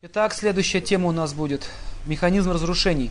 Итак, следующая тема у нас будет механизм разрушений.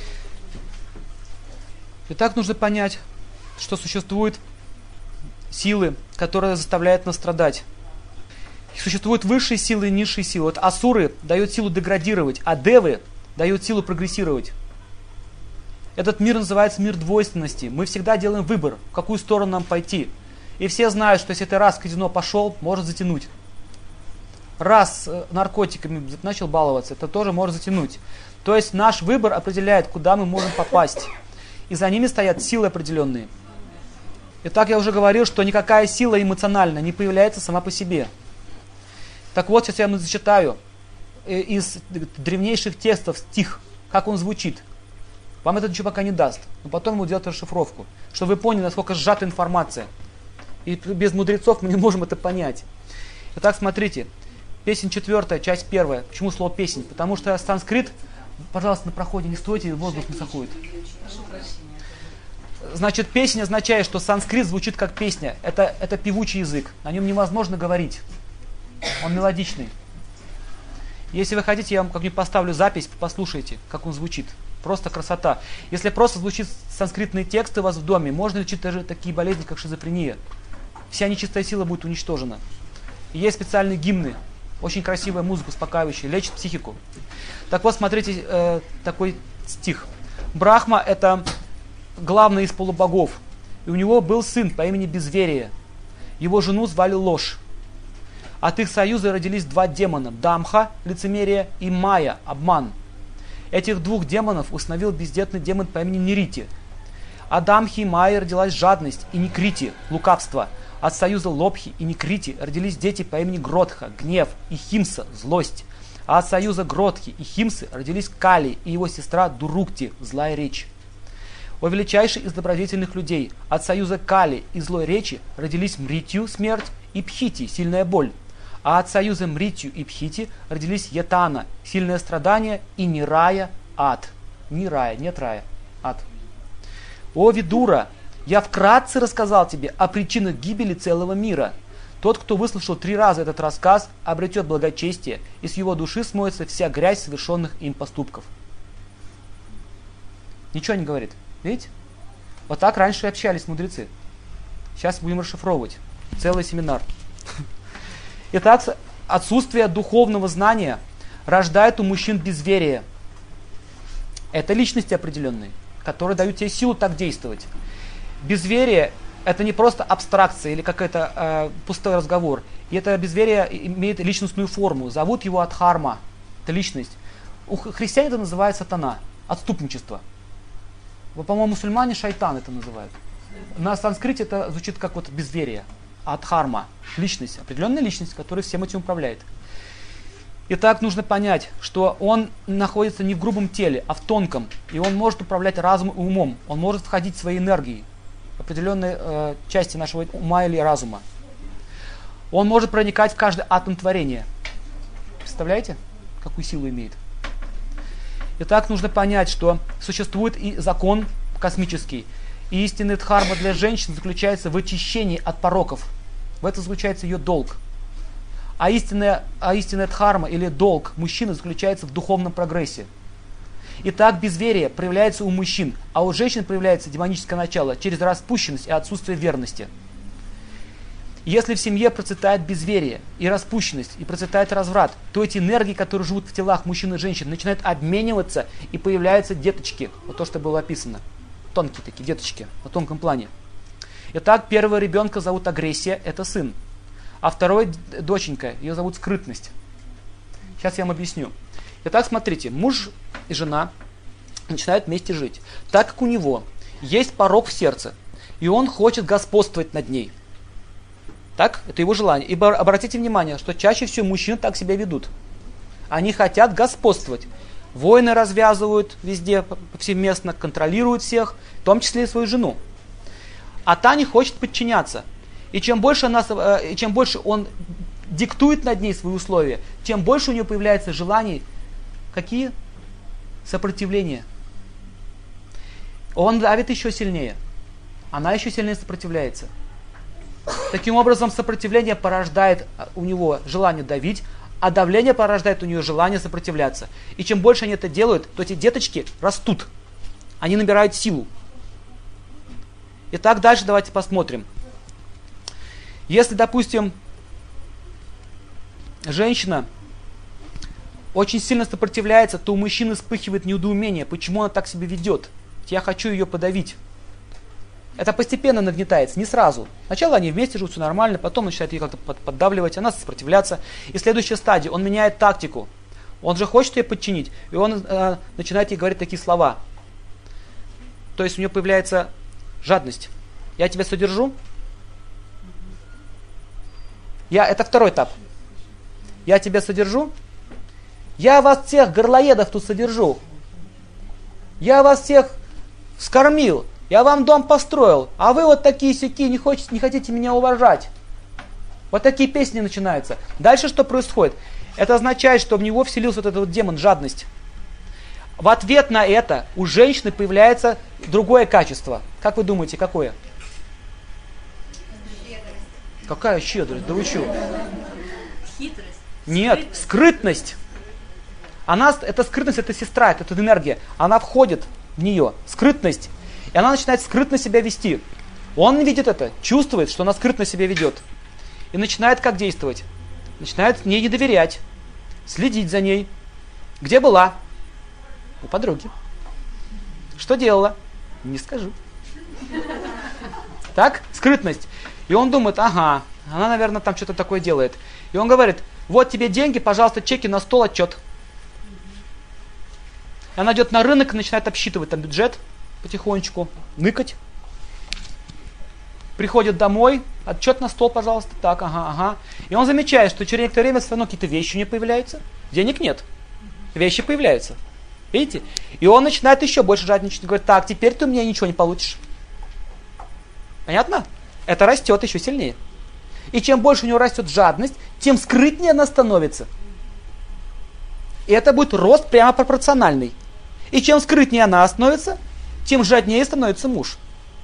Итак, нужно понять, что существуют силы, которые заставляют нас страдать. Существуют высшие силы и низшие силы. Вот асуры дают силу деградировать, а девы дают силу прогрессировать. Этот мир называется мир двойственности. Мы всегда делаем выбор, в какую сторону нам пойти. И все знают, что если ты раз в казино пошел, может затянуть. Раз наркотиками начал баловаться, это тоже может затянуть. То есть наш выбор определяет, куда мы можем попасть. И за ними стоят силы определенные. Итак, я уже говорил, что никакая сила эмоциональная не появляется сама по себе. Так вот, сейчас я вам зачитаю из древнейших текстов стих, как он звучит. Вам это ничего пока не даст, но потом ему делать расшифровку, чтобы вы поняли, насколько сжата информация. И без мудрецов мы не можем это понять. Итак, смотрите. Песнь 4, часть 1. Почему слово песнь? Потому что санскрит, пожалуйста, на проходе не стойте, воздух не заходит. Значит, песня означает, что санскрит звучит как песня. Это певучий язык. На нем невозможно говорить. Он мелодичный. Если вы хотите, я вам как-нибудь поставлю запись, послушайте, как он звучит. Просто красота. Если просто звучит санскритные тексты у вас в доме, можно лечить даже такие болезни, как шизофрения. Вся нечистая сила будет уничтожена. И есть специальные гимны. Очень красивая музыка, успокаивающая, лечит психику. Так вот, смотрите такой стих. Брахма – это главный из полубогов. И у него был сын по имени Безверие. Его жену звали Ложь. От их союза родились два демона – Дамха, лицемерие, и Майя, обман. Этих двух демонов установил бездетный демон по имени Нерити. От Дамхи и Майи родилась жадность и Никрити, лукавство. От союза Лобхи и Никрити родились дети по имени Гродха, гнев, и Химса, злость. А от союза Гродхи и Химсы родились Кали и его сестра Дурукти, злая речь. О величайший из добродетельных людей, от союза Кали и злой речи родились Мритью, смерть, и Пхити, сильная боль. А от союза Мритью и Пхити родились Ятана, сильное страдание, и Нирая, ад. Не рая, нет рая, ад. О Видура! Я вкратце рассказал тебе о причинах гибели целого мира. Тот, кто выслушал 3 раза этот рассказ, обретет благочестие, и с его души смоется вся грязь совершенных им поступков. Ничего не говорит. Видите? Вот так раньше общались мудрецы. Сейчас будем расшифровывать. Целый семинар. Итак, отсутствие духовного знания рождает у мужчин безверие. Это личности определенные, которые дают тебе силу так действовать. Безверие – это не просто абстракция или какой-то пустой разговор. И это безверие имеет личностную форму. Зовут его адхарма. Это личность. У христиан это называется сатана. Отступничество. По-моему, мусульмане шайтан это называют. На санскрите это звучит как вот безверие. Адхарма. Личность. Определенная личность, которая всем этим управляет. Итак, нужно понять, что он находится не в грубом теле, а в тонком. И он может управлять разумом и умом. Он может входить в свои энергии. Определенные части нашего ума или разума. Он может проникать в каждый атом творения. Представляете, какую силу имеет? Итак, нужно понять, что существует и закон космический. И истинная дхарма для женщин заключается в очищении от пороков. В этом заключается ее долг. А истинная дхарма или долг мужчины заключается в духовном прогрессе. Итак, безверие проявляется у мужчин, а у женщин проявляется демоническое начало через распущенность и отсутствие верности. Если в семье процветает безверие и распущенность, и процветает разврат, то эти энергии, которые живут в телах мужчин и женщин, начинают обмениваться, и появляются деточки. Вот то, что было описано. Тонкие такие деточки на тонком плане. Итак, первого ребенка зовут агрессия, это сын. А второй доченька, ее зовут скрытность. Сейчас я вам объясню. Итак, смотрите, муж и жена начинают вместе жить. Так как у него есть порок в сердце, и он хочет господствовать над ней. Так, это его желание. Ибо обратите внимание, что чаще всего мужчины так себя ведут. Они хотят господствовать. Войны развязывают везде, повсеместно, контролируют всех, в том числе и свою жену. А та не хочет подчиняться. И чем больше он диктует над ней свои условия, тем больше у нее появляется желаний. Какие? Сопротивления. Он давит еще сильнее. Она еще сильнее сопротивляется. Таким образом, сопротивление порождает у него желание давить, А давление порождает у нее желание сопротивляться. И чем больше они это делают, то эти деточки растут. Они набирают силу. Итак, дальше давайте посмотрим. Если, допустим, женщина очень сильно сопротивляется, то у мужчины вспыхивает недоумение, почему она так себя ведет. Я хочу ее подавить. Это постепенно нагнетается, не сразу. Сначала они вместе живут, все нормально, потом начинает ее как-то поддавливать, она сопротивляться. И следующая стадия, он меняет тактику. Он же хочет ее подчинить, и он начинает ей говорить такие слова. То есть у нее появляется жадность. Я тебя содержу. Это второй этап. Я тебя содержу. Я вас всех горлоедов тут содержу. Я вас всех скормил. Я вам дом построил. А вы вот такие-сяки, не хотите меня уважать. Вот такие песни начинаются. Дальше что происходит? Это означает, что в него вселился вот этот вот демон, жадность. В ответ на это у женщины появляется другое качество. Как вы думаете, какое? Щедрость. Какая щедрость? Да вы что? Хитрость. Нет, скрытность. Эта скрытность, это сестра, это энергия. Она входит в нее. Скрытность. И она начинает скрытно себя вести. Он видит это, чувствует, что она скрытно себя ведет. И начинает как действовать? Начинает ей не доверять. Следить за ней. Где была? У подруги. Что делала? Не скажу. Так? Скрытность. И он думает, ага, она, наверное, там что-то такое делает. И он говорит, вот тебе деньги, пожалуйста, чеки на стол, отчет. И она идет на рынок и начинает обсчитывать там бюджет потихонечку, ныкать. Приходит домой, отчет на стол, пожалуйста, так, ага. И он замечает, что через некоторое время все равно какие-то вещи у нее появляются, денег нет, вещи появляются. Видите? И он начинает еще больше жадничать, говорит, так, теперь ты у меня ничего не получишь. Понятно? Это растет еще сильнее. И чем больше у него растет жадность, тем скрытнее она становится. И это будет рост прямо пропорциональный. И чем скрытнее она становится, тем жаднее становится муж.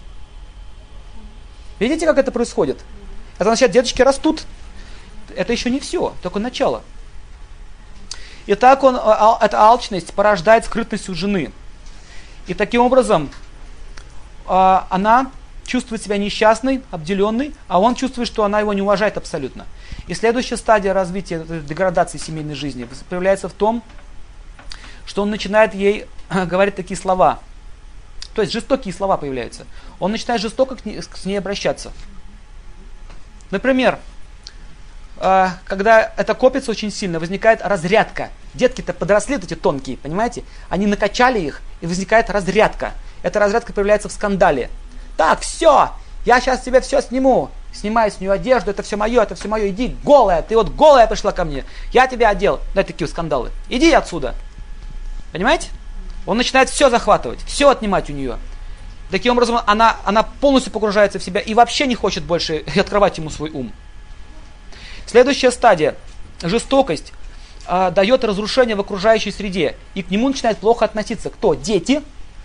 Видите, как это происходит? Это значит, деточки растут. Это еще не все, только начало. Итак, эта алчность порождает скрытность у жены. И таким образом она чувствует себя несчастной, обделенной, а он чувствует, что она его не уважает абсолютно. И следующая стадия развития деградации семейной жизни проявляется в том, что он начинает ей говорить такие слова. То есть жестокие слова появляются. Он начинает жестоко с ней обращаться. Например, когда это копится очень сильно, возникает разрядка. Детки-то подросли, эти тонкие, понимаете? Они накачали их, и возникает разрядка. Эта разрядка появляется в скандале. Так, все, я сейчас тебе все сниму. Снимаю с нее одежду, это все мое, иди голая, ты вот голая пришла ко мне. Я тебя одел. Да, такие скандалы. Иди отсюда. Понимаете? Он начинает все захватывать, все отнимать у нее. Таким образом, она полностью погружается в себя и вообще не хочет больше открывать ему свой ум. Следующая стадия. Жестокость дает разрушение в окружающей среде. И к нему начинает плохо относиться кто? Дети,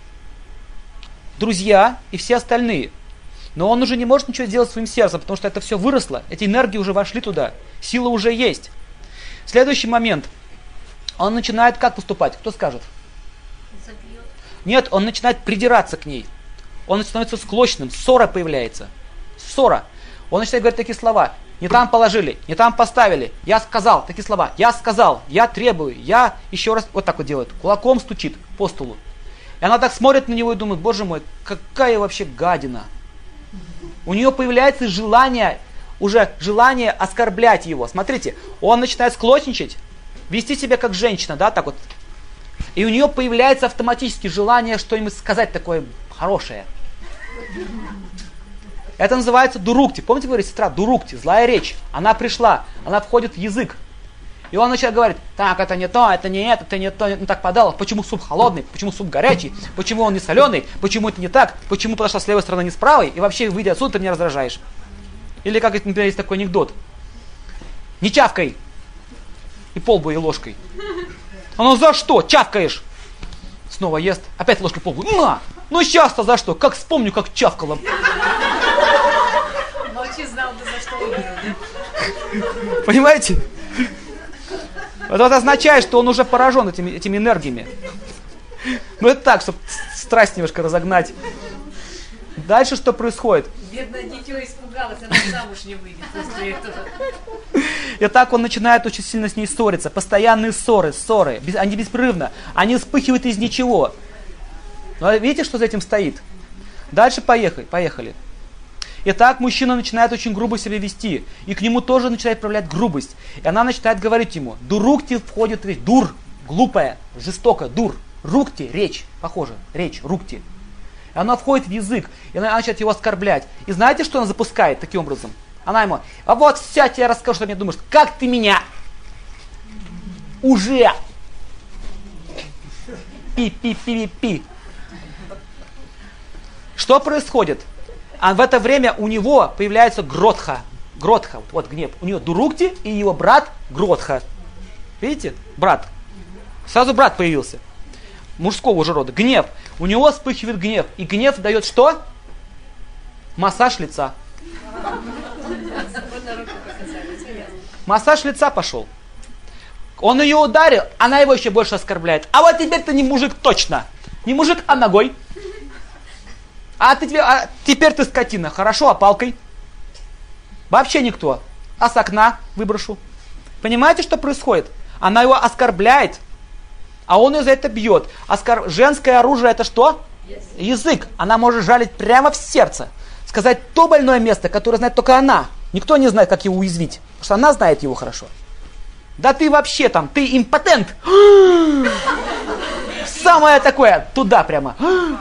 друзья и все остальные. Но он уже не может ничего сделать своим сердцем, потому что это все выросло. Эти энергии уже вошли туда. Сила уже есть. Следующий момент. Он начинает как поступать? Кто скажет? Забьет. Нет, он начинает придираться к ней. Он становится склочным, ссора появляется. Ссора. Он начинает говорить такие слова. Не там положили, не там поставили. Я сказал, такие слова. Я сказал, я требую, я еще раз. Вот так вот делает. Кулаком стучит по столу. И она так смотрит на него и думает, боже мой, какая вообще гадина. У нее появляется желание оскорблять его. Смотрите, он начинает склочничать, вести себя как женщина, да, так вот. И у нее появляется автоматически желание что-нибудь сказать такое хорошее. Это называется дурукти. Помните, говорит сестра, дурукти, злая речь. Она пришла, она входит в язык. И он начинает говорить, так, это не то, это не это, ты не то, не так подал. Почему суп холодный, почему суп горячий, почему он не соленый, почему это не так, почему подошла с левой стороны, не с правой, и вообще, выйдя отсюда, ты меня раздражаешь. Или, как, например, есть такой анекдот. Не чавкай. И полбу ей ложкой. Она, за что? Чавкаешь. Снова ест, опять ложкой полбу. На! Ну сейчас-то за что? Как вспомню, как чавкала. Молчи, знал бы, за что убил. Понимаете? Вот это означает, что он уже поражен этими энергиями. Ну это так, чтобы страсть немножко разогнать. Дальше что происходит? Бедное дитё испугалось, она замуж не выйдет после этого. И так он начинает очень сильно с ней ссориться. Постоянные ссоры. Они беспрерывно. Они вспыхивают из ничего. Но видите, что за этим стоит? Дальше поехали. Итак, мужчина начинает очень грубо себя вести. И к нему тоже начинает проявлять грубость. И она начинает говорить ему: «Дурукти» входит речь. Дур, глупая, жестокая, дур. Рукти, речь, похоже, речь, рукти. И она входит в язык, и она начинает его оскорблять. И знаете, что она запускает таким образом? Она ему: «А вот все, я тебе расскажу, что ты мне думаешь. Как ты меня уже пи. Что происходит? А в это время у него появляется Гродха. Гродха, вот гнев. У нее Дурукти и его брат Гродха. Видите? Брат. Сразу брат появился. Мужского уже рода. Гнев. У него вспыхивает гнев. И гнев дает что? Массаж лица. Массаж лица пошел. Он ее ударил, она его еще больше оскорбляет. А вот теперь ты не мужик точно. Не мужик, а ногой. А теперь ты скотина. Хорошо, а палкой? Вообще никто. А с окна выброшу. Понимаете, что происходит? Она его оскорбляет, а он ее за это бьет. Женское оружие это что? Язык. Она может жалить прямо в сердце. Сказать то больное место, которое знает только она. Никто не знает, как его уязвить. Потому что она знает его хорошо. Да ты вообще там, ты импотент. Самое такое, туда прямо.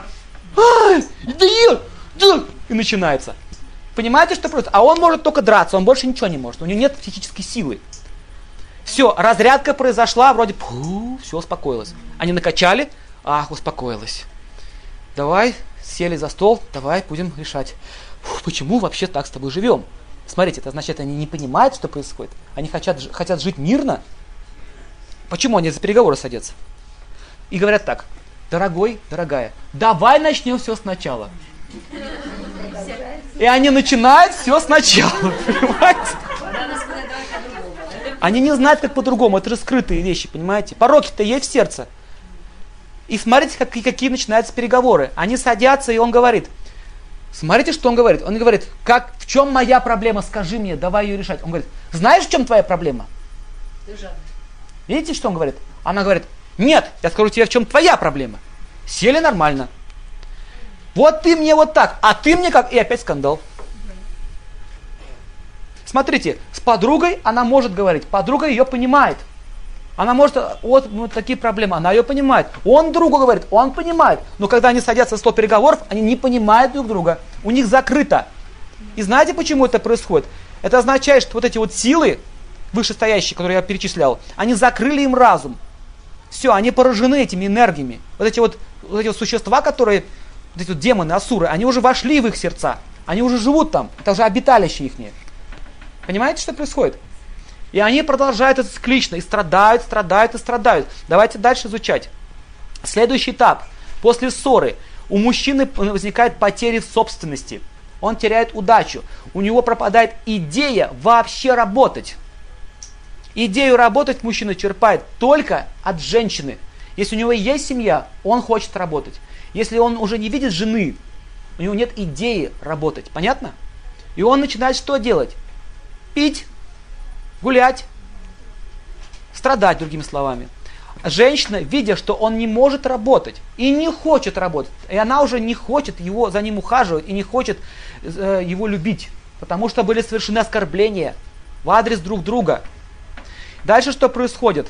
И начинается. Понимаете, что происходит? А он может только драться, он больше ничего не может. У него нет психической силы. Все, разрядка произошла, вроде все успокоилось. Они накачали, успокоилось. Давай, сели за стол, давай будем решать. Почему вообще так с тобой живем? Смотрите, это значит, они не понимают, что происходит. Они хотят жить мирно. Почему они за переговоры садятся? И говорят так: дорогой, дорогая, давай начнем все сначала. И они начинают все сначала, понимаете? Они не знают, как по-другому. Это же скрытые вещи, понимаете? Пороки-то есть в сердце. И смотрите, какие начинаются переговоры. Они садятся, и он говорит. Смотрите, что он говорит. Он говорит: в чем моя проблема? Скажи мне, давай ее решать. Он говорит: знаешь, в чем твоя проблема? Видите, что он говорит? Она говорит: нет, я скажу тебе, в чем твоя проблема. Сели нормально. Вот ты мне вот так, а ты мне как? И опять скандал. Смотрите, с подругой она может говорить. Подруга ее понимает. Она может, вот такие проблемы, она ее понимает. Он другу говорит, он понимает. Но когда они садятся за стол переговоров, они не понимают друг друга. У них закрыто. И знаете, почему это происходит? Это означает, что вот эти вот силы, вышестоящие, которые я перечислял, они закрыли им разум. Все, они поражены этими энергиями. Вот эти вот существа, которые, вот эти вот демоны, асуры, они уже вошли в их сердца. Они уже живут там. Это уже обиталище ихнее. Понимаете, что происходит? И они продолжают это циклично, и страдают. Давайте дальше изучать. Следующий этап. После ссоры у мужчины возникает потеря в собственности. Он теряет удачу. У него пропадает идея вообще работать. Идею работать мужчина черпает только от женщины. Если у него есть семья, он хочет работать. Если он уже не видит жены, у него нет идеи работать. Понятно? И он начинает что делать? Пить, гулять, страдать, другими словами. Женщина, видя, что он не может работать и не хочет работать, и она уже не хочет за ним ухаживать и не хочет его любить, потому что были совершены оскорбления в адрес друг друга. Дальше что происходит?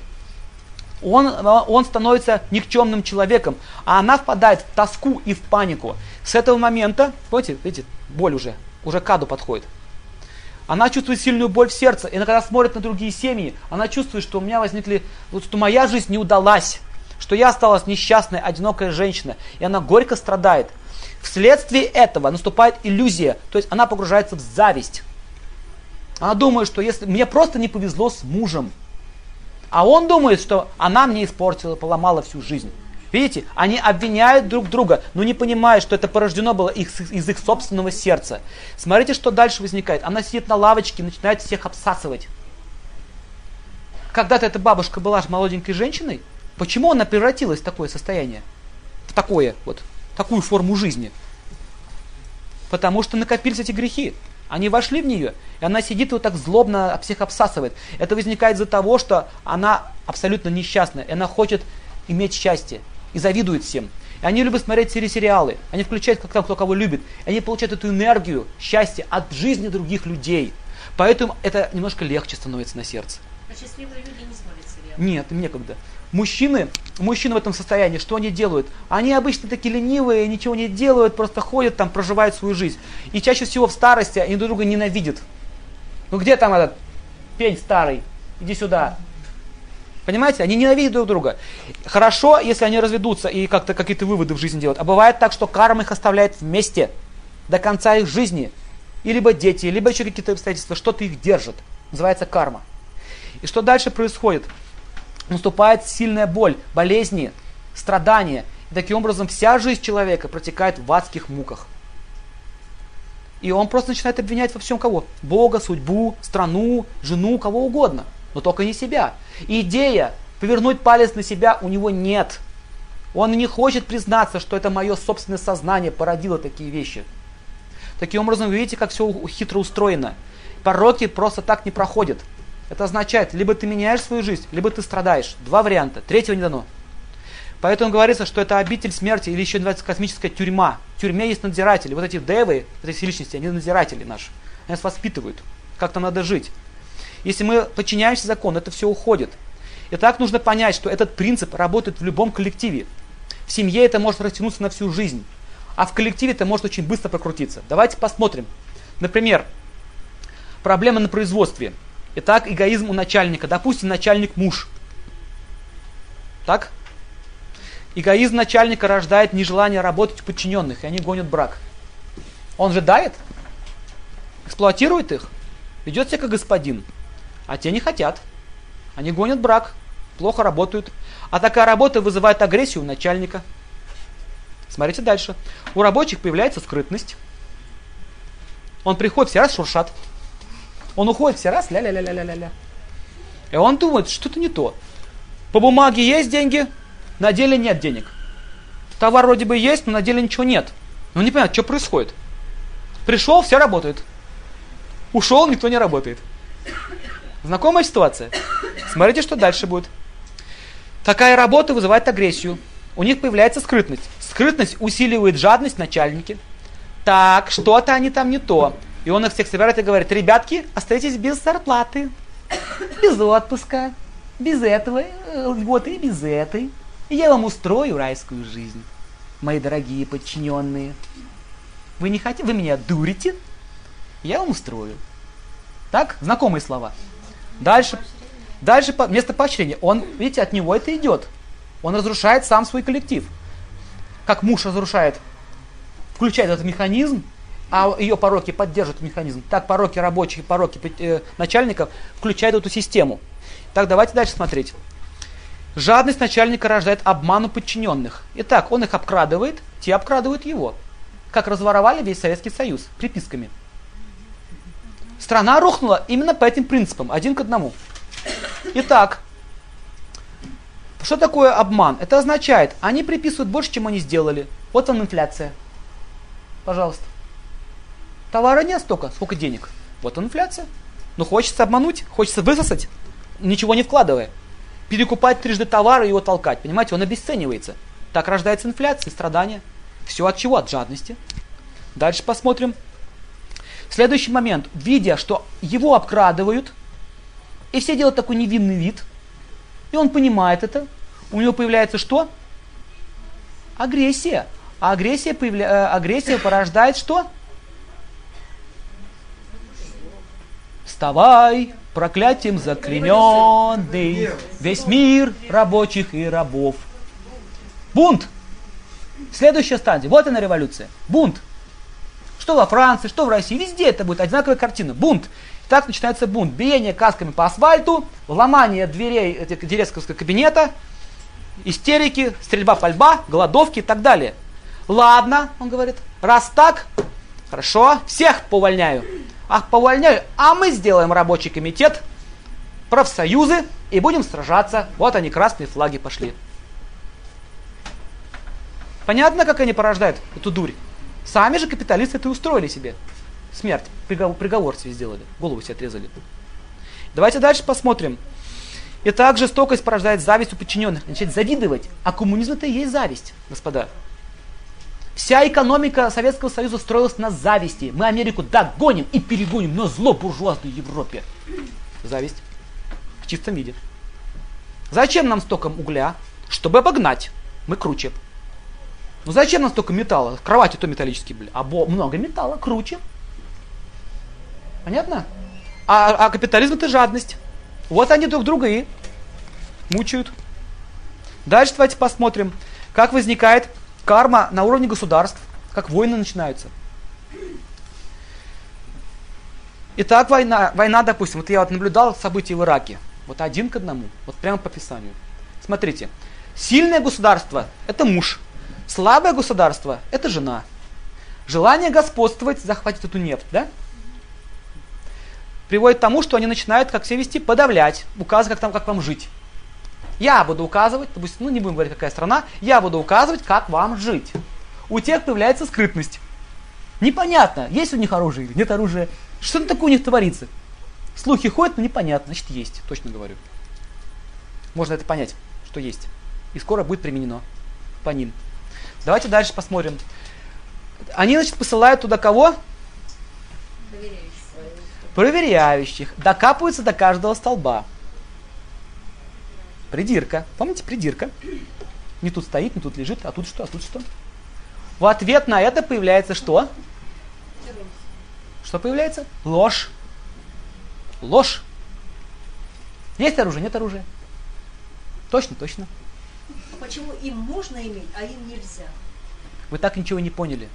Он становится никчемным человеком, а она впадает в тоску и в панику. С этого момента, видите, боль уже к аду подходит. Она чувствует сильную боль в сердце, и когда смотрит на другие семьи, она чувствует, что у меня что моя жизнь не удалась, что я осталась несчастной, одинокая женщина, и она горько страдает. Вследствие этого наступает иллюзия, то есть она погружается в зависть. Она думает, что если мне просто не повезло с мужем, а он думает, что она мне испортила, поломала всю жизнь. Видите, они обвиняют друг друга, но не понимают, что это порождено было из их собственного сердца. Смотрите, что дальше возникает. Она сидит на лавочке и начинает всех обсасывать. когда-то эта бабушка была молоденькой женщиной, почему она превратилась в такое состояние? В такую форму жизни? Потому что накопились эти грехи. Они вошли в нее, и она сидит и вот так злобно всех обсасывает. Это возникает из-за того, что она абсолютно несчастна, и она хочет иметь счастье, и завидует всем. И они любят смотреть сериалы, они включают, как там кто кого любит, и они получают эту энергию, счастье от жизни других людей. Поэтому это немножко легче становится на сердце. А счастливые люди не смотрят сериалы? Нет, некогда. Мужчины в этом состоянии, что они делают? Они обычно такие ленивые, ничего не делают, просто ходят там, проживают свою жизнь. И чаще всего в старости они друг друга ненавидят. Ну где там этот пень старый? Иди сюда. Понимаете? Они ненавидят друг друга. Хорошо, если они разведутся и как-то какие-то выводы в жизни делают. А бывает так, что карма их оставляет вместе до конца их жизни. И либо дети, либо еще какие-то обстоятельства, что-то их держит. Называется карма. И что дальше происходит? Наступает сильная боль, болезни, страдания. И таким образом вся жизнь человека протекает в адских муках. И он просто начинает обвинять во всем кого? Бога, судьбу, страну, жену, кого угодно. Но только не себя. И идея повернуть палец на себя у него нет. Он не хочет признаться, что это мое собственное сознание породило такие вещи. Таким образом, вы видите, как все хитро устроено. Пороки просто так не проходят. Это означает, либо ты меняешь свою жизнь, либо ты страдаешь. Два варианта. Третьего не дано. Поэтому говорится, что это обитель смерти, или еще называется космическая тюрьма. В тюрьме есть надзиратели. Вот эти девы, вот эти личности, они надзиратели наши. Они нас воспитывают. Как там надо жить. Если мы подчиняемся закону, это все уходит. И так нужно понять, что этот принцип работает в любом коллективе. В семье это может растянуться на всю жизнь. А в коллективе это может очень быстро прокрутиться. Давайте посмотрим. Например, проблема на производстве. Итак, эгоизм у начальника. Допустим, начальник муж. Так? Эгоизм начальника рождает нежелание работать у подчиненных, и они гонят брак. Он же давит, эксплуатирует их, ведет себя как господин. А те не хотят. Они гонят брак, плохо работают. А такая работа вызывает агрессию у начальника. Смотрите дальше. У рабочих появляется скрытность. Он приходит, все раз шуршат. Он уходит все раз, ля-ля-ля-ля-ля-ля. И он думает, что-то не то. По бумаге есть деньги, на деле нет денег. Товар вроде бы есть, но на деле ничего нет. Он не понимает, что происходит. Пришел, все работают. Ушел, никто не работает. Знакомая ситуация? Смотрите, что дальше будет. Такая работа вызывает агрессию. У них появляется скрытность. Скрытность усиливает жадность в начальнике. Так, что-то они там не то. И он их всех собирает и говорит: ребятки, остаетесь без зарплаты, без отпуска, без этого, льготы и без этой. И я вам устрою райскую жизнь, мои дорогие подчиненные. Вы не хотите, вы меня дурите, я вам устрою. Так, знакомые слова. Дальше вместо поощрения, он, видите, от него это идет. Он разрушает сам свой коллектив. Как муж разрушает, включает этот механизм, а ее пороки поддерживают механизм. Так пороки рабочих, пороки начальников включают эту систему. Так, давайте дальше смотреть. Жадность начальника рождает обман у подчиненных. Итак, он их обкрадывает, те обкрадывают его. Как разворовали весь Советский Союз приписками. Страна рухнула именно по этим принципам, 1 к 1. Итак, что такое обман? Это означает, они приписывают больше, чем они сделали. Вот вам инфляция. Пожалуйста. Товара нет столько, сколько денег. Вот он инфляция. Но хочется обмануть, хочется высосать, ничего не вкладывая. Перекупать трижды товар и его толкать. Понимаете, он обесценивается. Так рождается инфляция, страдания. Все от чего? От жадности. Дальше посмотрим. Следующий момент. Видя, что его обкрадывают, и все делают такой невинный вид, и он понимает это, у него появляется что? Агрессия. А агрессия порождает что? Вставай, проклятием заклейменный, весь мир рабочих и рабов. Бунт. Следующая стадия. Вот она революция. Бунт. Что во Франции, что в России, везде это будет одинаковая картина. Бунт. Так начинается бунт. Биение касками по асфальту, ломание дверей директорского кабинета, истерики, стрельба, пальба, голодовки и так далее. Ладно, он говорит, раз так, хорошо, всех повольняю. А повольняю, а мы сделаем рабочий комитет, профсоюзы, и будем сражаться. Вот они, красные флаги пошли. Понятно, как они порождают эту дурь? Сами же капиталисты это устроили себе. Смерть, приговор себе сделали, голову себе отрезали. Давайте дальше посмотрим. Итак, жестокость порождает зависть у подчиненных. Начать завидовать. А коммунизм это и есть зависть, господа. Вся экономика Советского Союза строилась на зависти. Мы Америку догоним и перегоним на зло буржуазной Европе. Зависть. В чистом виде. Зачем нам столько угля? Чтобы обогнать. Мы круче. Ну зачем нам столько металла? Кровати то металлические были. А много металла, круче. Понятно? А капитализм это жадность. Вот они друг друга и мучают. Дальше давайте посмотрим, как возникает карма на уровне государств, как войны начинаются. Итак, война, допустим, вот я вот наблюдал события в Ираке. Вот 1 к 1, вот прямо по Писанию. Смотрите, сильное государство – это муж, слабое государство – это жена. Желание господствовать, захватить эту нефть, да? Приводит к тому, что они начинают, как себя вести, подавлять, указывать, как вам жить. Я буду указывать, допустим, не будем говорить, какая страна, я буду указывать, как вам жить. У тех появляется скрытность. Непонятно, есть у них оружие или нет оружия. Что такое у них творится? Слухи ходят, но непонятно, значит есть, точно говорю. Можно это понять, что есть. И скоро будет применено по ним. Давайте дальше посмотрим. Они, значит, посылают туда кого? Проверяющих. Докапываются до каждого столба. Придирка. Помните, придирка? Не тут стоит, не тут лежит, а тут что, а тут что? В ответ на это появляется что? Что появляется? Ложь. Ложь. Есть оружие, нет оружия. Точно, точно. Почему им можно иметь, а им нельзя? Вы так ничего не поняли.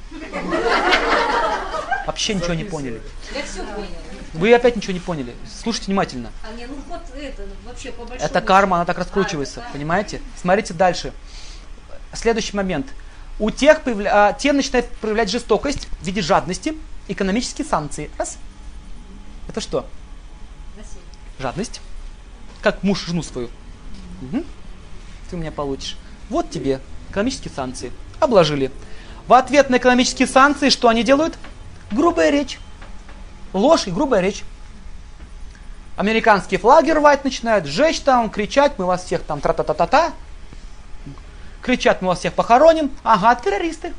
Вообще ничего не поняли. Я все поняла. Вы опять ничего не поняли. Слушайте внимательно. Вообще по большому Это карма, она так раскручивается, понимаете? Смотрите дальше. Следующий момент. У тех те начинают проявлять жестокость в виде жадности, экономические санкции. Раз. Это что? Насилие. Жадность. Как муж жену свою. Угу. Ты у меня получишь. Вот тебе экономические санкции. Обложили. В ответ на экономические санкции что они делают? Грубая речь. Ложь и грубая речь. Американские флаги рвать начинают, жечь там, кричать, мы вас всех там тра-та-та-та-та. Кричат, мы вас всех похороним. Ага, террористы.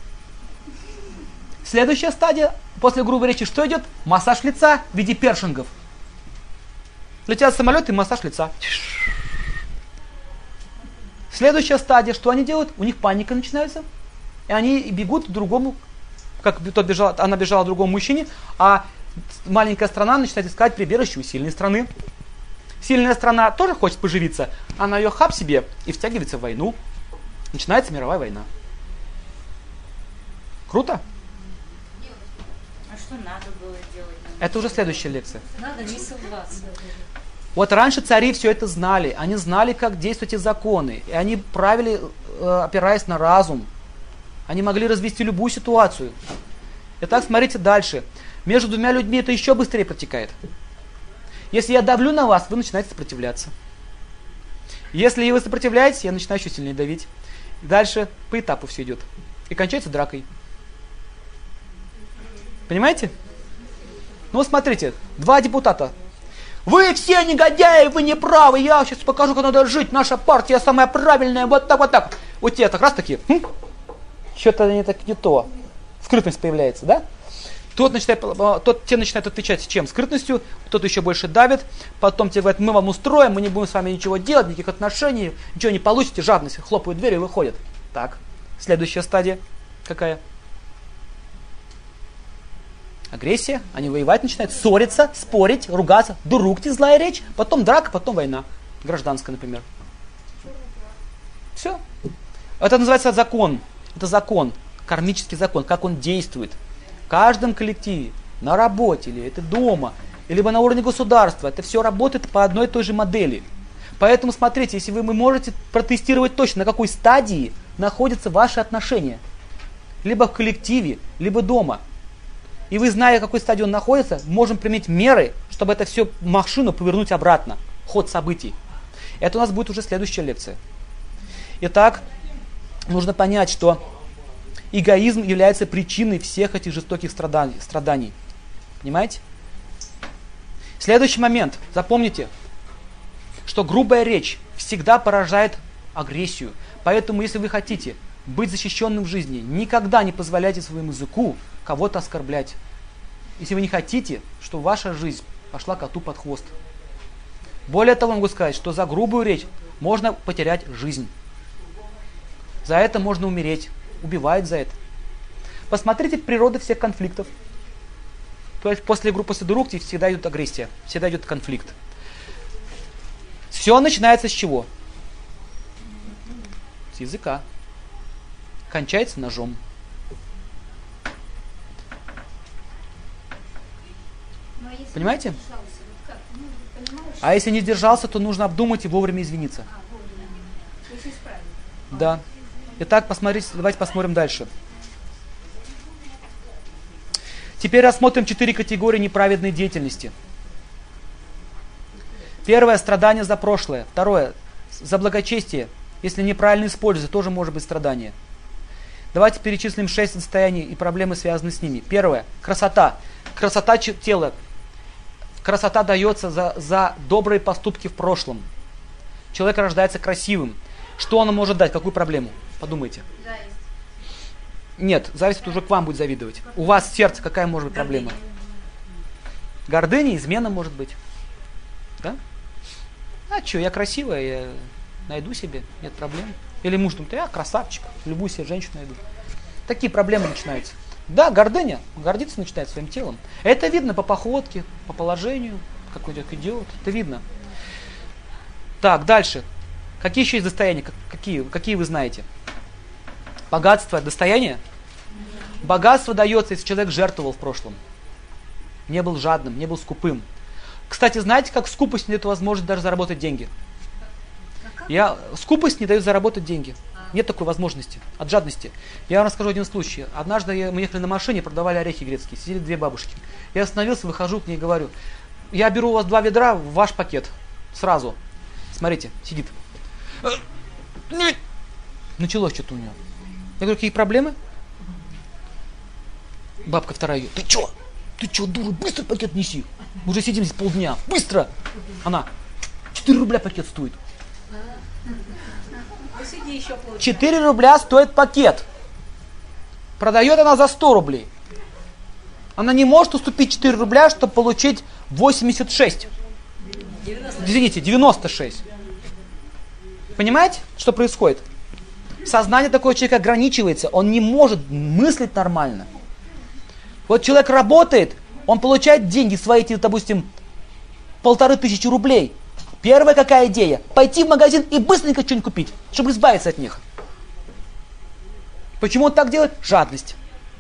Следующая стадия, после грубой речи, что идет? Массаж лица в виде першингов. Летят самолеты, массаж лица. Следующая стадия, что они делают? У них паника начинается. И они бегут к другому, как она бежала к другому мужчине, а маленькая страна начинает искать прибежище у сильной страны. Сильная страна тоже хочет поживиться, она ее хап себе и втягивается в войну. Начинается мировая война. Круто? А что надо было делать? Это уже следующая лекция. Надо не ссылаться. Вот раньше цари все это знали. Они знали, как действуют эти законы. И они правили, опираясь на разум. Они могли развести любую ситуацию. Итак, смотрите дальше. Между двумя людьми это еще быстрее протекает. Если я давлю на вас, вы начинаете сопротивляться. Если вы сопротивляетесь, я начинаю еще сильнее давить. И дальше по этапу все идет. И кончается дракой. Понимаете? Ну, смотрите, 2 депутата. Вы все негодяи, вы не правы, я сейчас покажу, как надо жить, наша партия самая правильная, вот так, вот так. Вот те так раз такие, что-то не так не то. Скрытность появляется, да? Те начинают отвечать чем? Скрытностью, кто-то еще больше давит, потом тебе говорят, мы вам устроим, мы не будем с вами ничего делать, никаких отношений, ничего не получите, жадность, хлопают дверью и выходят. Так, следующая стадия какая? Агрессия, они воевать начинают, ссориться, спорить, ругаться, дуругти, злая речь, потом драка, потом война. Гражданская, например. Все. Это называется закон. Это закон, кармический закон, как он действует. В каждом коллективе, на работе, или это дома, либо на уровне государства, это все работает по одной и той же модели. Поэтому смотрите, если вы можете протестировать точно, на какой стадии находятся ваши отношения. Либо в коллективе, либо дома. И вы, зная, в какой стадии он находится, можем применить меры, чтобы это все машину повернуть обратно. ход событий. Это у нас будет уже следующая лекция. Итак, нужно понять, что эгоизм является причиной всех этих жестоких страданий. Понимаете? Следующий момент. Запомните, что грубая речь всегда порождает агрессию. Поэтому, если вы хотите быть защищенным в жизни, никогда не позволяйте своему языку кого-то оскорблять. Если вы не хотите, чтобы ваша жизнь пошла коту под хвост. Более того, могу сказать, что за грубую речь можно потерять жизнь. За это можно умереть. Убивают за это. Посмотрите природу всех конфликтов. То есть после дерукти всегда идет агрессия, всегда идет конфликт. Все начинается с чего? С языка. Кончается ножом. Понимаете? А если не сдержался, то нужно обдумать и вовремя извиниться. Да. Итак, давайте посмотрим дальше. Теперь рассмотрим 4 категории неправедной деятельности. Первое – страдание за прошлое. Второе – за благочестие. Если неправильно использовать, тоже может быть страдание. Давайте перечислим 6 состояний и проблемы, связанные с ними. Первое – красота. Красота тела. Красота дается за добрые поступки в прошлом. Человек рождается красивым. Что он может дать? Какую проблему? Подумайте. Зависть. Нет, зависть уже к вам будет завидовать. У вас в сердце какая может быть проблема? Гордыня, измена может быть. Да? А что, я красивая, я найду себе, нет проблем. Или муж думает, я красавчик, любую себе женщину найду. Такие проблемы начинаются. Да, гордыня, гордиться начинает своим телом. Это видно по походке, по положению, какой идет, это видно. Так, дальше. Какие еще есть достояния? Какие вы знаете? Богатство, достояние? Богатство дается, если человек жертвовал в прошлом. Не был жадным, не был скупым. Кстати, знаете, как скупость не дает возможность даже заработать деньги? Скупость не дает заработать деньги. Нет такой возможности от жадности. Я вам расскажу один случай. Однажды мы ехали на машине, продавали орехи грецкие. Сидели 2 бабушки. Я остановился, выхожу к ней и говорю, я беру у вас 2 ведра в ваш пакет. Сразу. Смотрите, сидит. Началось что-то у нее. Я говорю, какие проблемы? Бабка вторая, ты че, дура, быстро пакет неси. Мы уже сидим здесь полдня, быстро. Она, 4 рубля пакет стоит. 4 рубля стоит пакет. Продает она за 100 рублей. Она не может уступить 4 рубля, чтобы получить 86. 96. Понимаете, что происходит? Сознание такого человека ограничивается, он не может мыслить нормально. Вот человек работает, он получает деньги свои, допустим, 1500 рублей. Первая какая идея? Пойти в магазин и быстренько что-нибудь купить, чтобы избавиться от них. Почему он так делает? Жадность.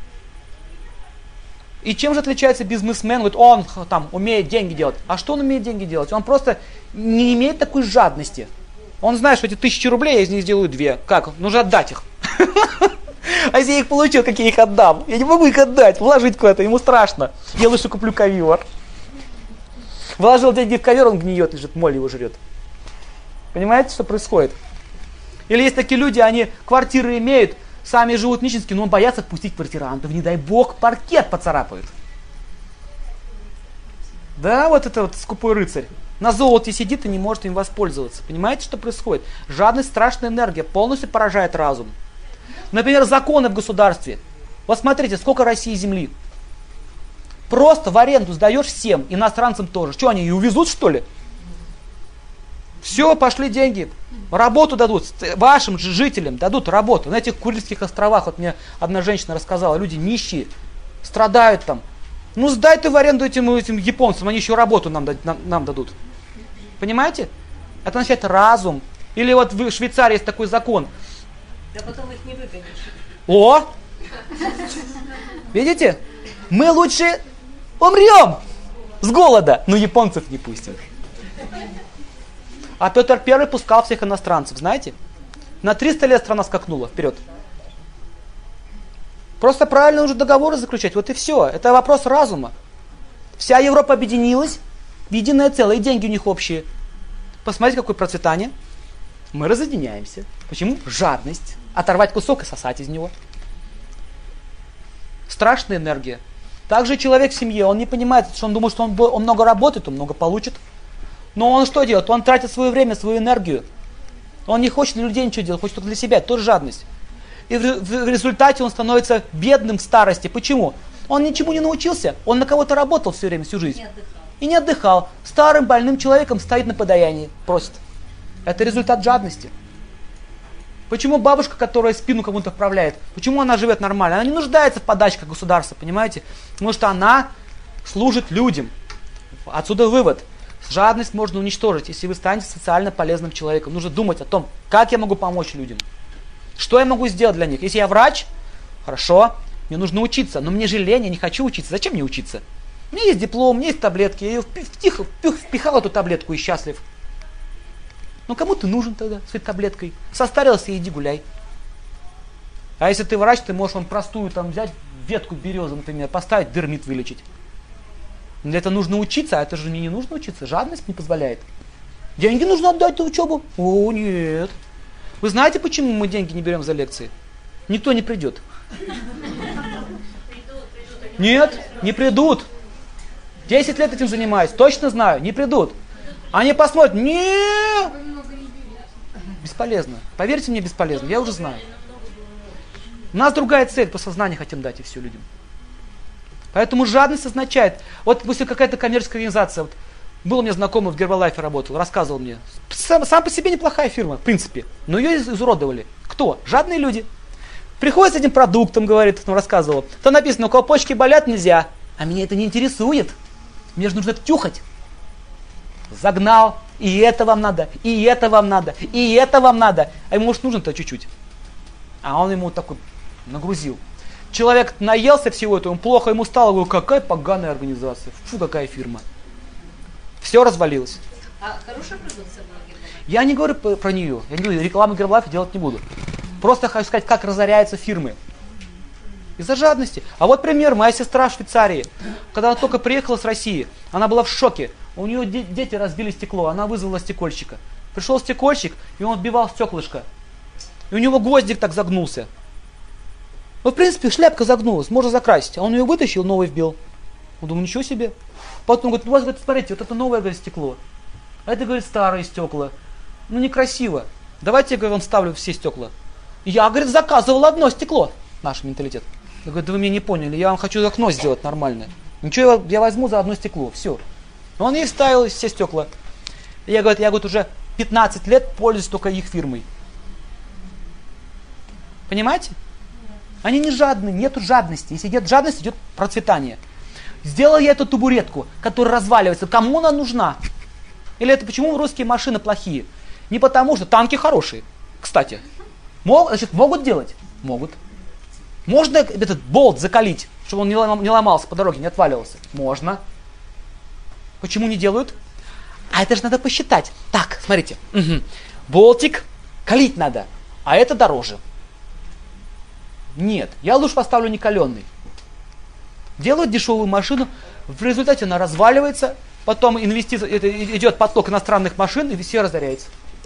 И чем же отличается бизнесмен? Вот он там умеет деньги делать. А что он умеет деньги делать? Он просто не имеет такой жадности. Он знает, что эти 1000 рублей я из них сделаю 2. Как? Нужно отдать их. А если я их получил, как я их отдам? Я не могу их отдать, вложить куда-то, ему страшно. Я лучше куплю ковер. Вложил деньги в ковер, он гниет, лежит, моль его жрет. Понимаете, что происходит? Или есть такие люди, они квартиры имеют, сами живут нищенски, но боятся впустить квартирантов, не дай бог, паркет поцарапают. Да, вот это вот скупой рыцарь. На золоте сидит и не может им воспользоваться. Понимаете, что происходит? Жадность, страшная энергия, полностью поражает разум. Например, законы в государстве. Вот смотрите, сколько России земли. Просто в аренду сдаешь всем, иностранцам тоже. Что, они ее увезут, что ли? Все, пошли деньги. Работу дадут, вашим же жителям дадут работу. На этих Курильских островах, вот мне одна женщина рассказала, люди нищие, страдают там. Ну сдай ты в аренду этим японцам, они еще работу нам дадут. Понимаете? Это означает разум. Или вот в Швейцарии есть такой закон. Да потом их не выгонишь. О! Видите? Мы лучше умрем с голода, но японцев не пустим. А Петр Первый пускал всех иностранцев, знаете? На 300 лет страна скакнула вперед. Просто правильно уже договоры заключать, вот и все. Это вопрос разума. Вся Европа объединилась в единое целое, и деньги у них общие. посмотрите, какое процветание. Мы разъединяемся. Почему? Жадность. Оторвать кусок и сосать из него. Страшная энергия. Также человек в семье, он не понимает, что он думает, что он много работает, он много получит. Но он что делает? Он тратит свое время, свою энергию. Он не хочет для людей ничего делать, хочет только для себя. Это тоже жадность. И в результате он становится бедным в старости. Почему? Он ничему не научился. Он на кого-то работал все время, всю жизнь. И не отдыхал. Старым больным человеком стоит на подаянии, просит. Это результат жадности. Почему бабушка, которая спину кому-то вправляет, почему она живет нормально? Она не нуждается в подачках государства, понимаете? Потому что она служит людям. Отсюда вывод. Жадность можно уничтожить, если вы станете социально полезным человеком. Нужно думать о том, как я могу помочь людям. Что я могу сделать для них? Если я врач, хорошо, мне нужно учиться, но мне же лень, я не хочу учиться. Зачем мне учиться? У меня есть диплом, у меня есть таблетки, я ее впихал эту таблетку и счастлив. Ну кому ты нужен тогда с этой таблеткой? Состарился, иди гуляй. А если ты врач, ты можешь простую там взять ветку березы, например, поставить, дермит вылечить. Для этого нужно учиться, а это же мне не нужно учиться, жадность не позволяет. Деньги нужно отдать на учебу? О, нет. Вы знаете, почему мы деньги не берем за лекции? Никто не придет. Нет, не придут. 10 лет этим занимаюсь, точно знаю, не придут. Они посмотрят, нет. Бесполезно. Поверьте мне, бесполезно, я уже знаю. У нас другая цель, просто знание хотим дать и все людям. Поэтому жадность означает, вот пусть какая-то коммерческая организация, вот, был у меня знакомый в Гербалайфе работал, рассказывал мне, сам по себе неплохая фирма, в принципе, но ее изуродовали. Кто? Жадные люди. Приходит с этим продуктом, говорит, ну, рассказывал, то написано, у кого почки болят, нельзя. А меня это не интересует. Мне же нужно тюхать. Загнал, и это вам надо, и это вам надо, и это вам надо. А ему, может, нужно-то чуть-чуть. А он ему такой нагрузил. Человек наелся всего этого, плохо ему стало, говорю, какая поганая организация, фу, какая фирма. Все развалилось. А хорошая продукция была Гербалайф? Я не говорю про нее, я не говорю, рекламу Гербалайфа делать не буду. Просто хочу сказать, как разоряются фирмы. Из-за жадности. А вот пример, моя сестра в Швейцарии, когда она только приехала с России, она была в шоке. У нее дети разбили стекло, она вызвала стекольщика. Пришел стекольщик, и он отбивал стеклышко. И у него гвоздик так загнулся. Ну, в принципе, шляпка загнулась, можно закрасить. А он ее вытащил, новый вбил. Он думал, ничего себе. Потом говорит, у вас, говорит, смотрите, вот это новое, говорит, стекло. А это, говорит, старые стекла. Ну, некрасиво. Давайте, я, говорю, вам ставлю все стекла. Я, говорит, заказывал одно стекло. Наш менталитет. Я говорю, да вы меня не поняли, я вам хочу окно сделать нормальное. Ничего, я возьму за одно стекло, все. Он ей вставил все стекла. Я, говорит, уже 15 лет пользуюсь только их фирмой. Понимаете? Они не жадны, нету жадности. Если нет жадности, идет процветание. Сделал я эту табуретку, которая разваливается. Кому она нужна? Или это почему русские машины плохие? Не потому, что танки хорошие. Кстати, могут делать? Могут. Можно этот болт закалить, чтобы он не ломался по дороге, не отваливался? Можно. Почему не делают? А это же надо посчитать. Так, смотрите. Угу. Болтик калить надо, а это дороже. Нет, я лучше поставлю некаленный. Делают дешевую машину, в результате она разваливается, потом идет поток иностранных машин, и все разоряется.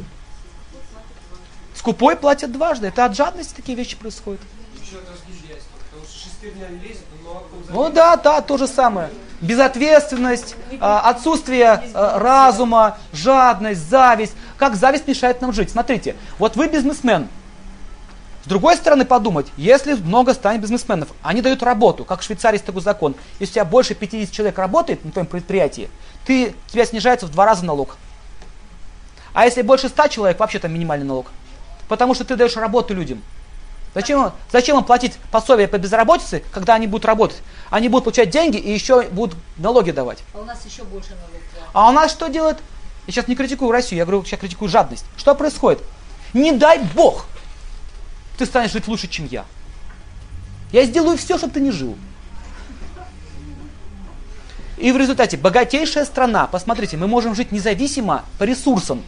Скупой платят дважды. Это от жадности такие вещи происходят. Еще от разгильдяйства, потому что шестерня лезет, но Ну да, то же самое. Безответственность, отсутствие разума, жадность, зависть. Как зависть мешает нам жить? Смотрите, вот вы бизнесмен. С другой стороны подумать, если много станет бизнесменов, они дают работу, как в Швейцарии есть такой закон. Если у тебя больше 50 человек работает на твоем предприятии, тебя снижается в 2 раза налог. А если больше 100 человек, вообще там минимальный налог. Потому что ты даешь работу людям. Зачем им платить пособие по безработице, когда они будут работать? Они будут получать деньги и еще будут налоги давать. А у нас еще больше налогов. А у нас что делают? Я сейчас не критикую Россию, я говорю, сейчас критикую жадность. Что происходит? Не дай Бог, ты станешь жить лучше, чем я. Я сделаю все, чтобы ты не жил. И в результате богатейшая страна, посмотрите, мы можем жить независимо по ресурсам.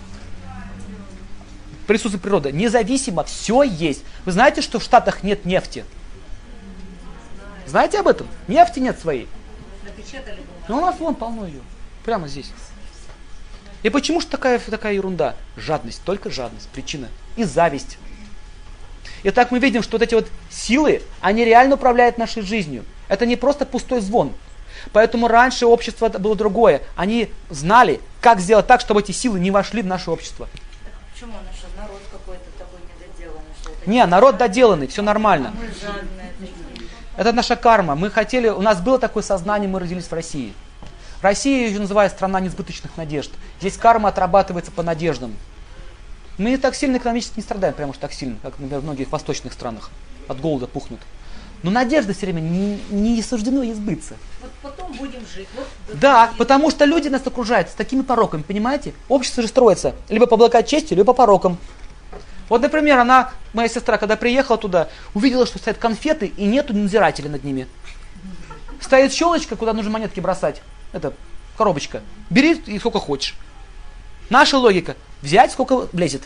По ресурсам природы. Независимо, все есть. Вы знаете, что в Штатах нет нефти? Знаете об этом? Нефти нет своей. Напечатали бумагу. Ну, у нас вон полно ее. Прямо здесь. И почему же такая ерунда? Жадность, только жадность, причина. И зависть. Итак, мы видим, что вот эти вот силы, они реально управляют нашей жизнью. Это не просто пустой звон. Поэтому раньше общество было другое. Они знали, как сделать так, чтобы эти силы не вошли в наше общество. Так почему наш народ какой-то такой недоделанный? Не, народ доделанный, все нормально. Мы жадные такие. Это наша карма. Мы хотели, у нас было такое сознание, мы родились в России. Россия ее называют страна несбыточных надежд. Здесь карма отрабатывается по надеждам. Мы не так сильно экономически не страдаем, прямо уж так сильно, как, например, в многих восточных странах. От голода пухнут. Но надежда все время не суждено ей сбыться. Вот потом будем жить. Вот, Да, потому что люди нас окружают с такими пороками, понимаете? Общество же строится либо по благочестию, либо по порокам. Вот, например, моя сестра, когда приехала туда, увидела, что стоят конфеты и нету надзирателя над ними. Стоит щелочка, куда нужно монетки бросать. Это коробочка. Бери и сколько хочешь. Наша логика. Взять, сколько влезет.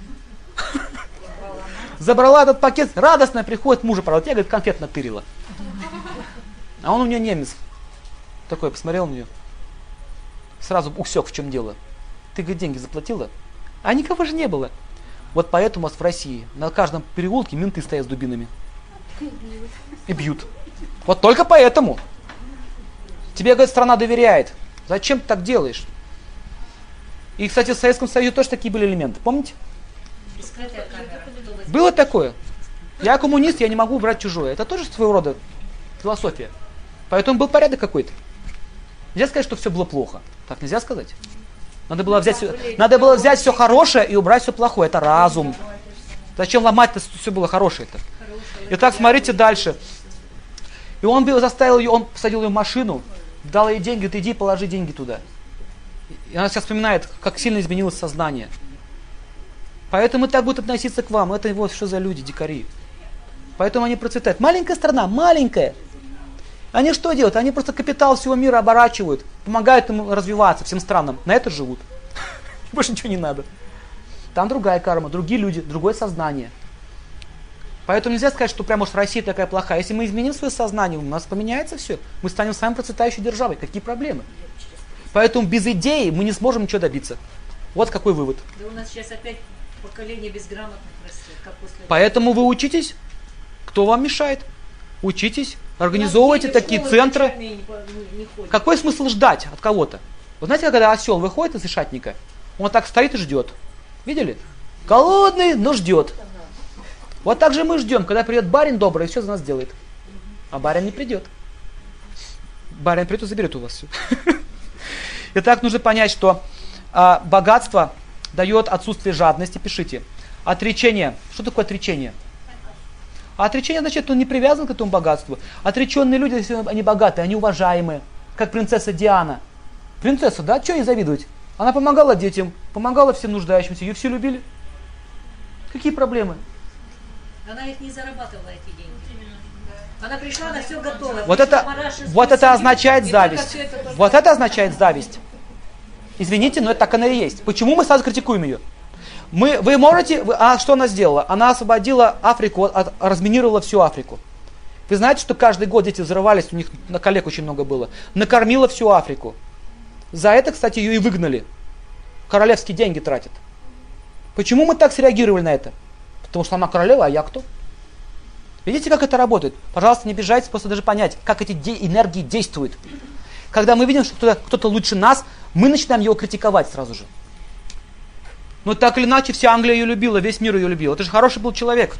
Забрала этот пакет, радостно приходит мужа, правда, я, говорит, конфет натырила. А он у нее немец. Такой, посмотрел на нее. Сразу усек, в чем дело. Ты, говорит, деньги заплатила? А никого же не было. Вот поэтому у нас в России на каждом переулке менты стоят с дубинами. И бьют. Вот только поэтому. Тебе, говорит, страна доверяет. Зачем ты так делаешь? И, кстати, в Советском Союзе тоже такие были элементы. Помните? И скрытая камера. Кто возьмет? Было такое. Я коммунист, я не могу брать чужое. Это тоже своего рода философия. Поэтому был порядок какой-то. Нельзя сказать, что все было плохо. Так нельзя сказать. Надо было взять все хорошее и убрать все плохое. Это разум. Зачем ломать-то все было хорошее-то? Итак, смотрите дальше. И он заставил ее, он посадил ее в машину, дал ей деньги, говорит, иди положи деньги туда. И она сейчас вспоминает, как сильно изменилось сознание. Поэтому так будут относиться к вам. Это вот что за люди, дикари. Поэтому они процветают. Маленькая страна, маленькая. Они что делают? Они просто капитал всего мира оборачивают, помогают им развиваться, всем странам. На это живут. Больше ничего не надо. Там другая карма, другие люди, другое сознание. Поэтому нельзя сказать, что прямо уж Россия такая плохая. Если мы изменим свое сознание, у нас поменяется все. Мы станем самой процветающей державой. Какие проблемы? Поэтому без идеи мы не сможем ничего добиться. Вот какой вывод. Да у нас сейчас опять поколение безграмотных растет. Как после... Поэтому вы учитесь. Кто вам мешает? Учитесь, организовывайте такие центры. Какой смысл ждать от кого-то? Вы знаете, когда осел выходит из ишатника, он так стоит и ждет. Видели? Голодный, но ждет. Вот так же мы ждем, когда придет барин добрый и все за нас сделает. А барин не придет. Барин придет и заберет у вас все. Итак, нужно понять, что богатство дает отсутствие жадности. Пишите. Отречение. Что такое отречение? Отречение значит, что он не привязан к этому богатству. Отреченные люди, если они богатые, они уважаемые. Как принцесса Диана. Принцесса, да? Чего ей завидовать? Она помогала детям, помогала всем нуждающимся. Ее все любили. Какие проблемы? Она их не зарабатывала, эти деньги. Она пришла, она все готово. Вот это означает зависть. Вот это означает зависть. Извините, но это так она и есть. Почему мы сразу критикуем ее? Вы можете... что она сделала? Она освободила Африку, разминировала всю Африку. Вы знаете, что каждый год дети взрывались, у них на коллег очень много было. Накормила всю Африку. За это, кстати, ее и выгнали. Королевские деньги тратят. Почему мы так среагировали на это? Потому что она королева, а я кто? Видите, как это работает? Пожалуйста, не обижайтесь, просто даже понять, как эти энергии действуют. Когда мы видим, что кто-то лучше нас, мы начинаем его критиковать сразу же. Но так или иначе, вся Англия ее любила, весь мир ее любил. Это же хороший был человек.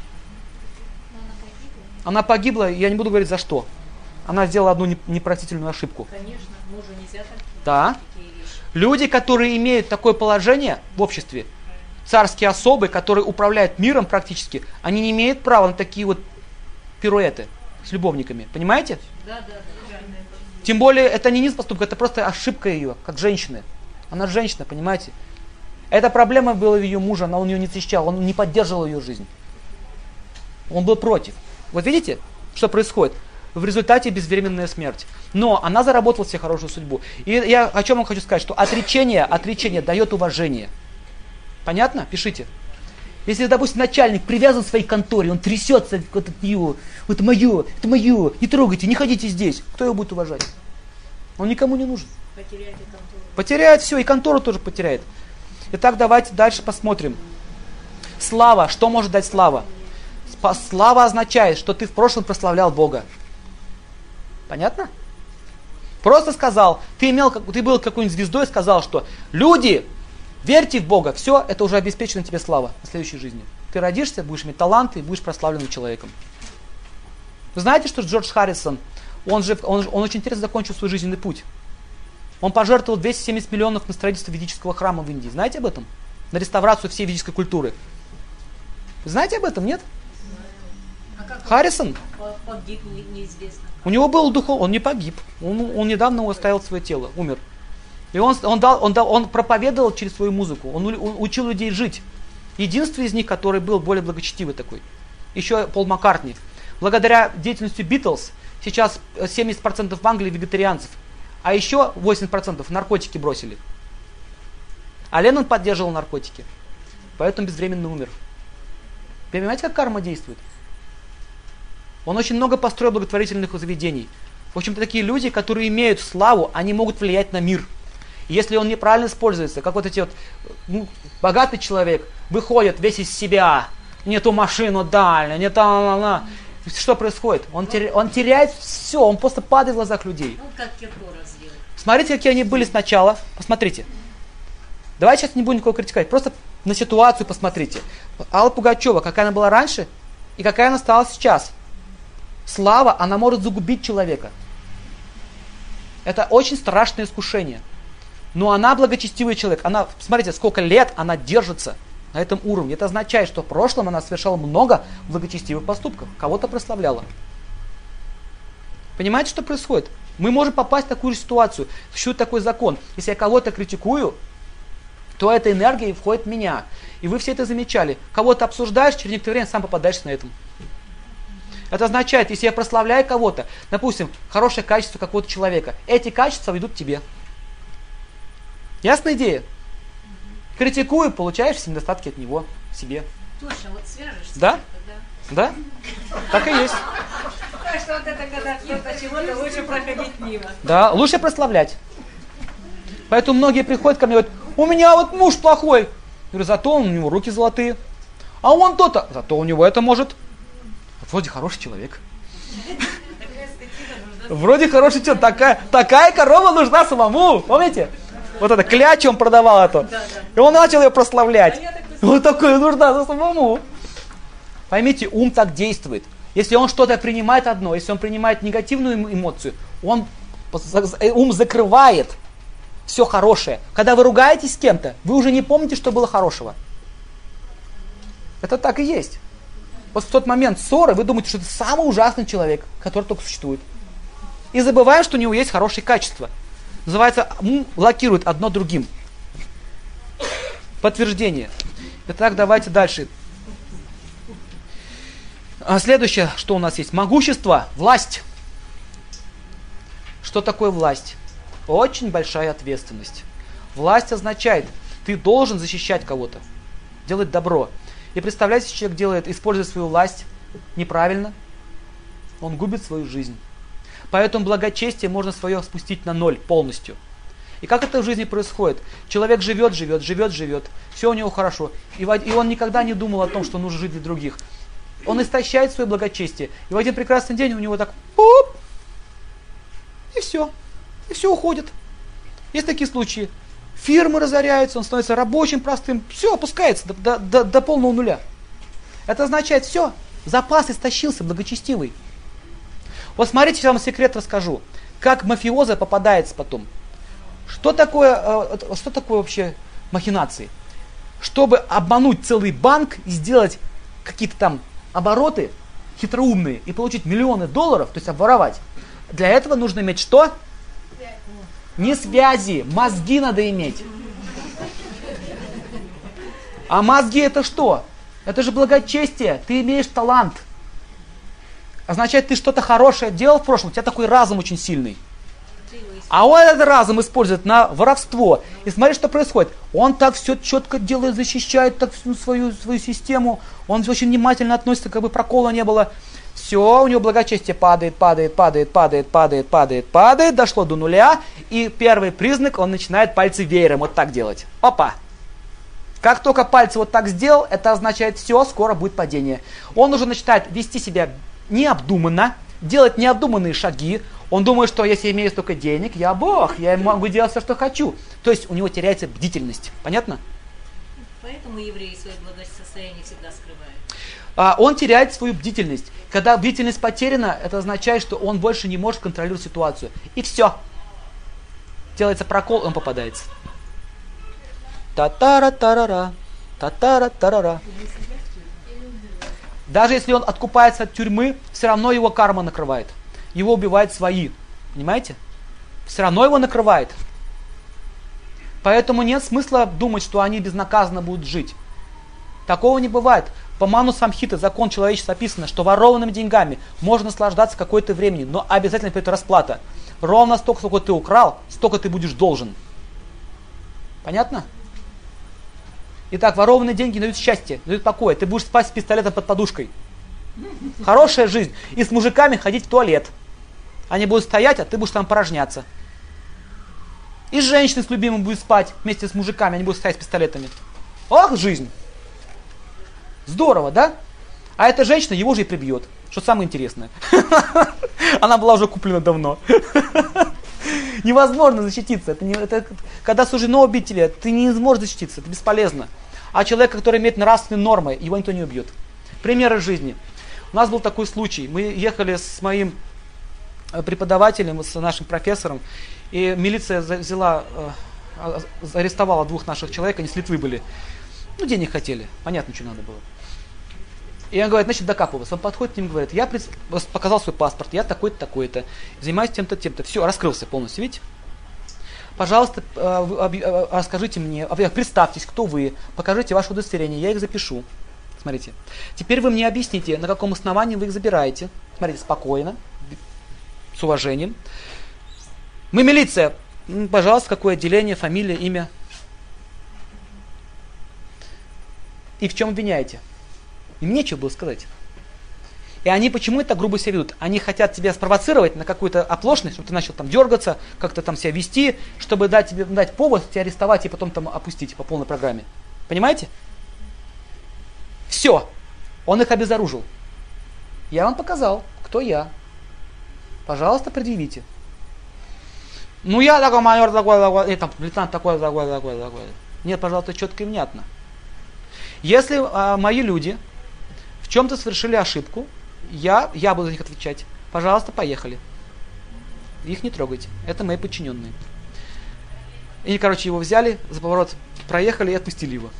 Она погибла, я не буду говорить за что. Она сделала одну непростительную ошибку. Конечно, мужу нельзя так. Да. Такие вещи. Люди, которые имеют такое положение в обществе, царские особы, которые управляют миром практически, они не имеют права на такие вот пируэты с любовниками. Понимаете? Да. Тем более, это не низ поступка, это просто ошибка ее, как женщины. Она женщина, понимаете? Эта проблема была в ее муже, он ее не защищал, он не поддерживал ее жизнь. Он был против. Вот видите, что происходит? В результате безвременная смерть. Но она заработала себе хорошую судьбу. И я о чем вам хочу сказать, что отречение дает уважение. Понятно? Пишите. Если, допустим, начальник привязан к своей конторе, он трясется от нее, это мое, не трогайте, не ходите здесь. Кто его будет уважать? Он никому не нужен. Потеряет и контору. Потеряет все, и контору тоже потеряет. Итак, давайте дальше посмотрим. Слава. Что может дать слава? Слава означает, что ты в прошлом прославлял Бога. Понятно? Просто сказал, ты был какой-нибудь звездой, сказал, что люди, верьте в Бога, все, это уже обеспечено тебе слава на следующей жизни. Ты родишься, будешь иметь таланты и будешь прославленным человеком. Вы знаете, что Джордж Харрисон, он очень интересно закончил свой жизненный путь. Он пожертвовал 270 миллионов на строительство ведического храма в Индии. Знаете об этом? На реставрацию всей ведической культуры. Вы знаете об этом, нет? А как Харрисон? погиб, неизвестно. У него был он не погиб. Он недавно оставил свое тело, умер. И он проповедовал через свою музыку. Он учил людей жить. Единственный из них, который был более благочестивый такой. Еще Пол Маккартни. Благодаря деятельности Битлз сейчас 70% в Англии вегетарианцев. А еще 80% наркотики бросили. А Леннон поддерживал наркотики. Поэтому безвременно умер. Понимаете, как карма действует? Он очень много построил благотворительных заведений. В общем-то, такие люди, которые имеют славу, они могут влиять на мир. И если он неправильно используется, как вот эти вот, богатый человек выходит весь из себя, не ту машину дали, не та. Что происходит? Он теряет все, он просто падает в глазах людей. Ну, как Киркоров сделал. Смотрите, какие они были сначала. Посмотрите. Давайте сейчас не будем никого критиковать. Просто на ситуацию посмотрите. Алла Пугачева, какая она была раньше и какая она стала сейчас. Слава, она может загубить человека. Это очень страшное искушение. Но она благочестивый человек. Она, смотрите, сколько лет она держится на этом уровне. Это означает, что в прошлом она совершала много благочестивых поступков. Кого-то прославляла. Понимаете, что происходит? Мы можем попасть в такую же ситуацию. Существует такой закон. Если я кого-то критикую, то эта энергия входит в меня. И вы все это замечали. Кого-то обсуждаешь, через некоторое время сам попадаешь на этом. Это означает, если я прославляю кого-то, допустим, хорошее качество какого-то человека, эти качества ведут к тебе. Ясная идея? Критикую, получаешь все недостатки от него, себе. Точно, вот свяжешься. Да? Да. Да? Так и есть. Так что вот это, когда кто-то чего-то, лучше проходить мимо. Да, лучше прославлять. Поэтому многие приходят ко мне и говорят, у меня вот муж плохой. Я говорю, зато у него руки золотые. А он то-то. Зато у него это может. Вроде хороший человек. Вроде хороший человек. Такая корова нужна самому. Помните? Вот это клячу он продавал эту. И он начал ее прославлять. Вот такое нужна самому. Поймите, ум так действует. Если он что-то принимает одно, если он принимает негативную эмоцию, ум закрывает все хорошее. Когда вы ругаетесь с кем-то, вы уже не помните, что было хорошего. Это так и есть. Вот в тот момент ссоры вы думаете, что это самый ужасный человек, который только существует. И забываем, что у него есть хорошие качества. Называется, ум блокирует одно другим. Подтверждение. Итак, давайте дальше. Следующее, что у нас есть. Могущество, власть. Что такое власть? Очень большая ответственность. Власть означает, ты должен защищать кого-то, делать добро. И представляете, если человек делает, используя свою власть неправильно, он губит свою жизнь. Поэтому благочестие можно свое спустить на ноль полностью. И как это в жизни происходит? Человек живет, все у него хорошо. И он никогда не думал о том, что нужно жить для других. Он истощает свое благочестие. И в один прекрасный день у него так, оп, и все уходит. Есть такие случаи. Фирмы разоряются, он становится рабочим простым, все опускается до полного нуля. Это означает, все, запас истощился, благочестивый. Вот смотрите, я вам секрет расскажу. Как мафиоза попадается потом. Что такое вообще махинации? Чтобы обмануть целый банк и сделать какие-то там обороты хитроумные и получить миллионы долларов, то есть обворовать, для этого нужно иметь что? Не связи, мозги надо иметь. А мозги это что? Это же благочестие, ты имеешь талант. Означает, ты что-то хорошее делал в прошлом, у тебя такой разум очень сильный. А он этот разум использует на воровство. И смотри, что происходит. Он так все четко делает, защищает так свою систему. Он очень внимательно относится, как бы прокола не было. Все, у него благочестие падает, дошло до нуля, и первый признак, он начинает пальцы веером вот так делать. Опа! Как только пальцы вот так сделал, это означает все, скоро будет падение. Он уже начинает вести себя необдуманно, делать необдуманные шаги. Он думает, что если я имею столько денег, я Бог, я могу делать все, что хочу. То есть у него теряется бдительность. Понятно? Поэтому евреи свое благосостояние всегда скрывают. Он теряет свою бдительность. Когда бдительность потеряна, это означает, что он больше не может контролировать ситуацию. И все. Делается прокол, он попадается. Та-тара-тарара, та-тара-тарара. Даже если он откупается от тюрьмы, все равно его карма накрывает. Его убивают свои. Понимаете? Все равно его накрывает. Поэтому нет смысла думать, что они безнаказанно будут жить. Такого не бывает. По Ману Самхита, закон человечества, описано, что ворованными деньгами можно наслаждаться какое-то времени, но обязательно придет расплата. Ровно столько, сколько ты украл, столько ты будешь должен. Понятно? Итак, ворованные деньги дают счастье, дают покой. Ты будешь спать с пистолетом под подушкой. Хорошая жизнь. И с мужиками ходить в туалет. Они будут стоять, а ты будешь там порожняться. И женщины с любимым будут спать вместе с мужиками, они будут стоять с пистолетами. Ох, жизнь! Здорово, да? А эта женщина его же и прибьет. Что самое интересное. Она была уже куплена давно. Невозможно защититься. Когда суждено убить тебя, ты не сможешь защититься, это бесполезно. А человек, который имеет нравственные нормы, его никто не убьет. Примеры жизни. У нас был такой случай. Мы ехали с моим преподавателем, с нашим профессором, и милиция арестовала 2 наших человек, они с Литвы были. Ну, денег хотели, понятно, что надо было. И он говорит, значит, докапываться. Он подходит к ним и говорит, я показал свой паспорт, я такой-то, такой-то, занимаюсь тем-то, тем-то. Все, раскрылся полностью, видите? Пожалуйста, расскажите мне, представьтесь, кто вы, покажите ваше удостоверение, я их запишу. Смотрите. Теперь вы мне объясните, на каком основании вы их забираете. Смотрите, спокойно, с уважением. Мы милиция. Пожалуйста, какое отделение, фамилия, имя. И в чем обвиняете? Им нечего было сказать. И они почему это грубо себя ведут? Они хотят тебя спровоцировать на какую-то оплошность, чтобы ты начал там дергаться, как-то там себя вести, чтобы дать повод, тебя арестовать и потом там опустить по полной программе. Понимаете? Все. Он их обезоружил. Я вам показал, кто я. Пожалуйста, предъявите. Ну я такой майор, такой, там, лейтенант такой. Нет, пожалуйста, четко и внятно. Если мои люди в чем-то совершили ошибку, я буду за них отвечать. Пожалуйста, поехали. Их не трогайте. Это мои подчиненные. И, короче, его взяли, за поворот проехали и отпустили его.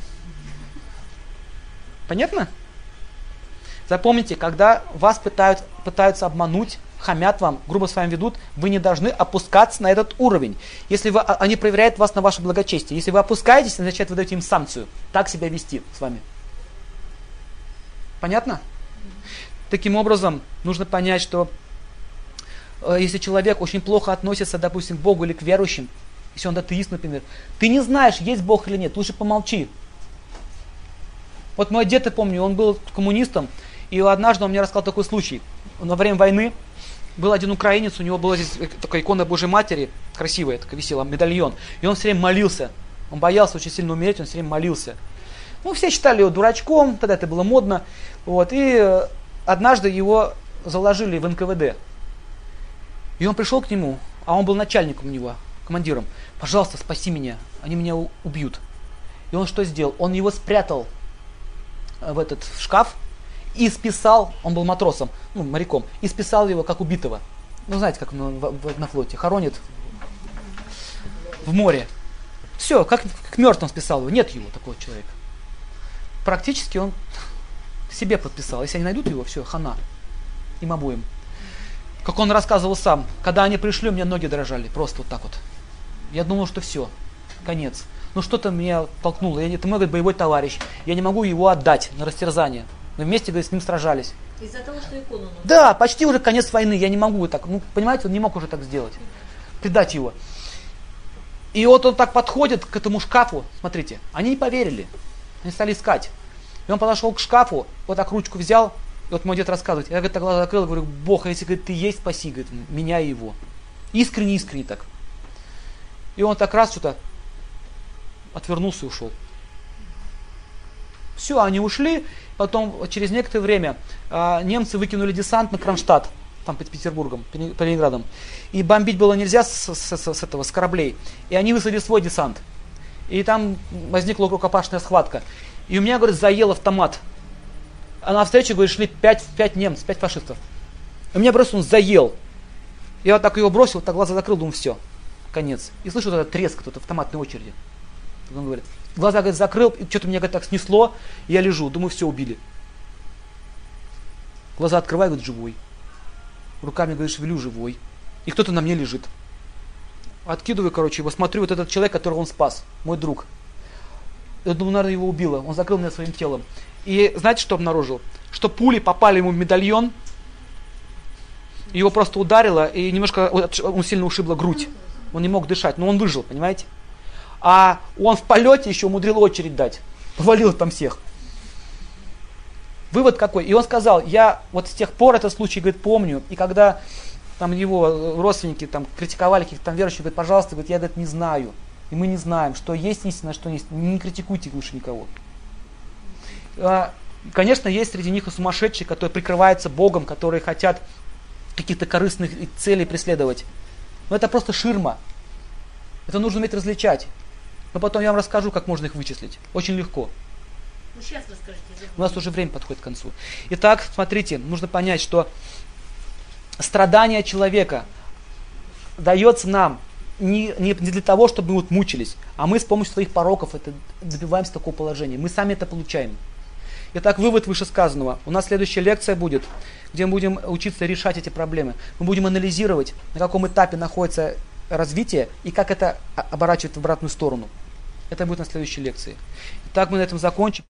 Понятно? Запомните, когда вас пытаются обмануть, хамят вам, грубо с вами ведут, вы не должны опускаться на этот уровень. Если они проверяют вас на ваше благочестие. Если вы опускаетесь, означает, вы даете им санкцию. Так себя вести с вами. Понятно? Таким образом, нужно понять, что если человек очень плохо относится, допустим, к Богу или к верующим, если он атеист, например, ты не знаешь, есть Бог или нет, лучше помолчи. Вот мой дед, я помню, он был коммунистом, и однажды он мне рассказал такой случай. Во время войны был один украинец, у него была здесь такая икона Божьей Матери, красивая, такая висела, медальон, и он все время молился. Он боялся очень сильно умереть, он все время молился. Ну, все считали его дурачком, тогда это было модно. Вот, и однажды его заложили в НКВД. И он пришел к нему, а он был начальником у него, командиром. Пожалуйста, спаси меня, они меня убьют. И он что сделал? Он его спрятал в этот шкаф и списал, он был матросом, ну, моряком, и списал его как убитого. Ну, знаете, как на флоте, хоронит в море. Все, как мертвым списал его, нет его, такого человека. Практически он себе подписал. Если они найдут его, все, хана. Им обоим. Как он рассказывал сам, когда они пришли, у меня ноги дрожали. Просто вот так вот. Я думал, что все, конец. Но что-то меня толкнуло. Это мой, говорит, боевой товарищ. Я не могу его отдать на растерзание. Мы вместе, говорит, с ним сражались. Из-за того, что икону нужно. Да, почти уже конец войны. Я не могу так. Ну, понимаете, он не мог уже так сделать. Предать его. И вот он так подходит к этому шкафу. Смотрите, они не поверили. Они стали искать. И он подошел к шкафу, вот так ручку взял И вот мой дед рассказывает, я, говорит, так глаза закрыл, говорю, Бог, а если, говорит, ты есть, спаси, говорит, меня и его. Искренне так. И он так раз что-то отвернулся и ушел. Все, они ушли, потом через некоторое время немцы выкинули десант на Кронштадт, там под Петербургом, под Ленинградом. И бомбить было нельзя с кораблей. И они высадили свой десант. И там возникла рукопашная схватка. И у меня, говорит, заел автомат. А навстречу, говорит, шли 5 немцев, 5 фашистов. И у меня просто он заел. Я вот так его бросил, так глаза закрыл, думаю, все, конец. И слышу вот этот треск, вот автоматной очереди. Он говорит, глаза, говорит, закрыл, и что-то меня, говорит, так снесло, и я лежу, думаю, все, убили. Глаза открываю, говорит, живой. Руками, говорит, шевелю, живой. И кто-то на мне лежит. Откидываю, короче, его, смотрю, вот этот человек, которого он спас, мой друг. Я думаю, наверное, его убило. Он закрыл меня своим телом. И знаете, что обнаружил? Что пули попали ему в медальон, его просто ударило, и немножко он сильно ушибла грудь. Он не мог дышать, но он выжил, понимаете? А он в полете еще умудрил очередь дать. Повалил там всех. Вывод какой? И он сказал, я вот с тех пор этот случай, говорит, помню, и когда там его родственники там критиковали каких-то там верующих, говорит, пожалуйста, говорит, я, говорит, не знаю. И мы не знаем, что есть истина, что есть. Не критикуйте лучше никого. Конечно, есть среди них и сумасшедшие, которые прикрываются Богом, которые хотят каких-то корыстных целей преследовать. Но это просто ширма. Это нужно уметь различать. Но потом я вам расскажу, как можно их вычислить. Очень легко. Ну, сейчас расскажите. У нас уже время подходит к концу. Итак, смотрите, нужно понять, что страдание человека дается нам не для того, чтобы мы вот мучились, а мы с помощью своих пороков это добиваемся такого положения. Мы сами это получаем. Итак, вывод вышесказанного. У нас следующая лекция будет, где мы будем учиться решать эти проблемы. Мы будем анализировать, на каком этапе находится развитие и как это оборачивает в обратную сторону. Это будет на следующей лекции. Итак, мы на этом закончим.